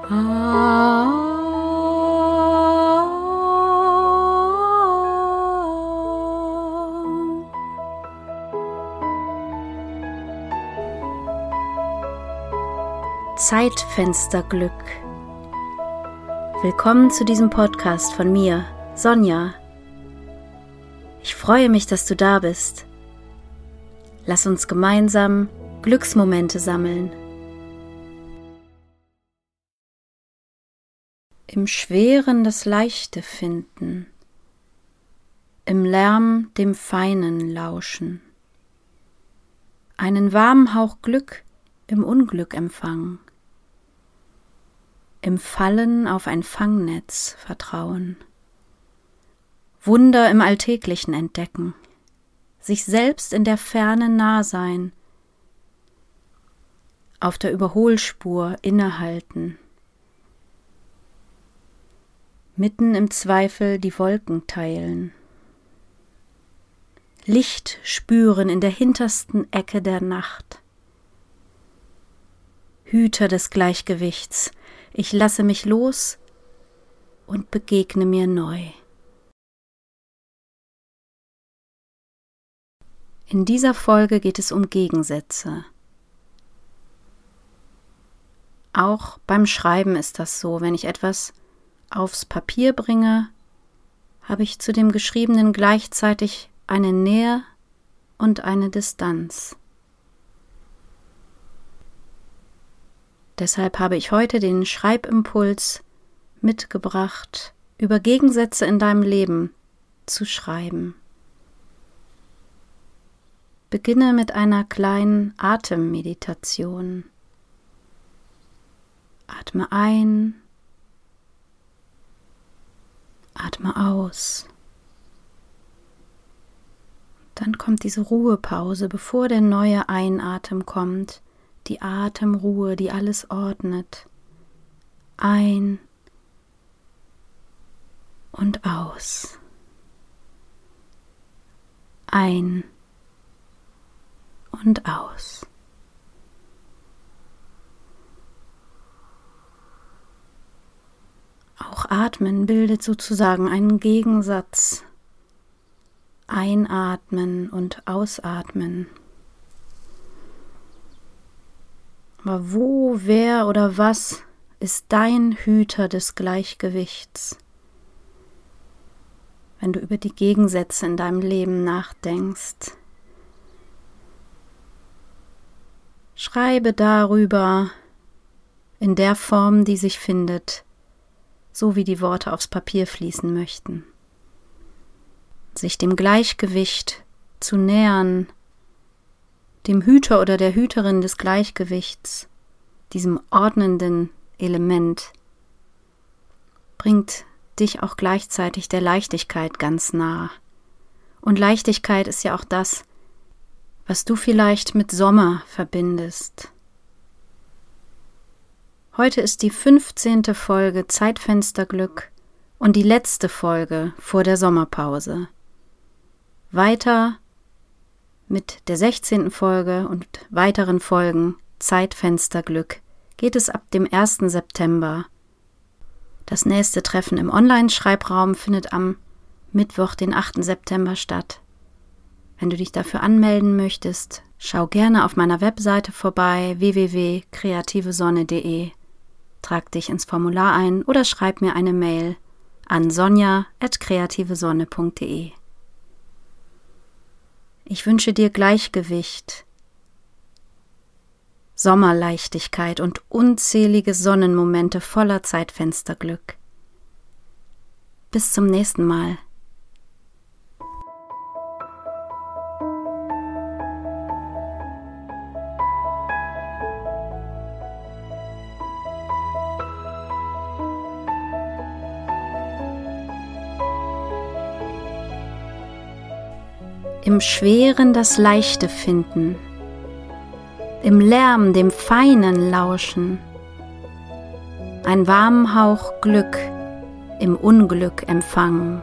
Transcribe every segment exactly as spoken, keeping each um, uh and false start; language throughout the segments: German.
Zeitfensterglück. Willkommen zu diesem Podcast von mir, Sonja. Ich freue mich, dass du da bist. Lass uns gemeinsam Glücksmomente sammeln. Im Schweren das Leichte finden, im Lärm dem Feinen lauschen, einen warmen Hauch Glück im Unglück empfangen, im Fallen auf ein Fangnetz vertrauen, Wunder im Alltäglichen entdecken, sich selbst in der Ferne nah sein, auf der Überholspur innehalten, mitten im Zweifel die Wolken teilen, Licht spüren in der hintersten Ecke der Nacht. Hüter des Gleichgewichts, ich lasse mich los und begegne mir neu. In dieser Folge geht es um Gegensätze. Auch beim Schreiben ist das so, wenn ich etwas aufs Papier bringe, habe ich zu dem Geschriebenen gleichzeitig eine Nähe und eine Distanz. Deshalb habe ich heute den Schreibimpuls mitgebracht, über Gegensätze in deinem Leben zu schreiben. Beginne mit einer kleinen Atemmeditation. Atme ein, atme aus. Dann kommt diese Ruhepause, bevor der neue Einatmen kommt. Die Atemruhe, die alles ordnet. Ein und aus. Ein und aus. Auch Atmen bildet sozusagen einen Gegensatz. Einatmen und ausatmen. Aber wo, wer oder was ist dein Hüter des Gleichgewichts? Wenn du über die Gegensätze in deinem Leben nachdenkst, schreibe darüber in der Form, die sich findet, so wie die Worte aufs Papier fließen möchten. Sich dem Gleichgewicht zu nähern, dem Hüter oder der Hüterin des Gleichgewichts, diesem ordnenden Element, bringt dich auch gleichzeitig der Leichtigkeit ganz nah. Und Leichtigkeit ist ja auch das, was du vielleicht mit Sommer verbindest. Heute ist die fünfzehnte Folge Zeitfensterglück und die letzte Folge vor der Sommerpause. Weiter mit der sechzehnten Folge und weiteren Folgen Zeitfensterglück geht es ab dem ersten September. Das nächste Treffen im Online-Schreibraum findet am Mittwoch, den achten September statt. Wenn du dich dafür anmelden möchtest, schau gerne auf meiner Webseite vorbei w w w punkt kreative sonne punkt d e, trag dich ins Formular ein oder schreib mir eine Mail an sonja at kreative sonne punkt d e. Ich wünsche dir Gleichgewicht, Sommerleichtigkeit und unzählige Sonnenmomente voller Zeitfensterglück. Bis zum nächsten Mal. Im Schweren das Leichte finden, im Lärm dem Feinen lauschen, ein warmen Hauch Glück im Unglück empfangen.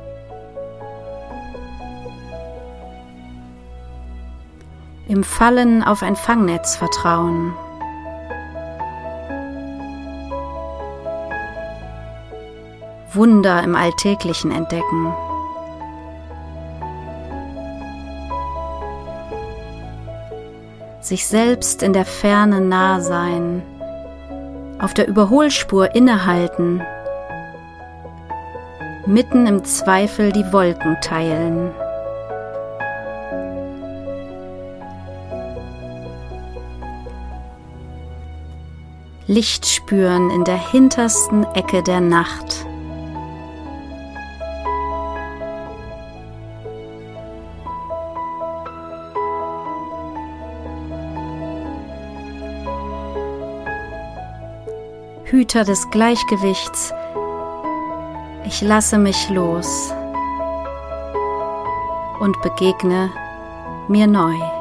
Im Fallen auf ein Fangnetz vertrauen, Wunder im Alltäglichen entdecken. Sich selbst in der Ferne nah sein, auf der Überholspur innehalten, mitten im Zweifel die Wolken teilen. Licht spüren in der hintersten Ecke der Nacht. Hüter des Gleichgewichts, ich lasse mich los und begegne mir neu.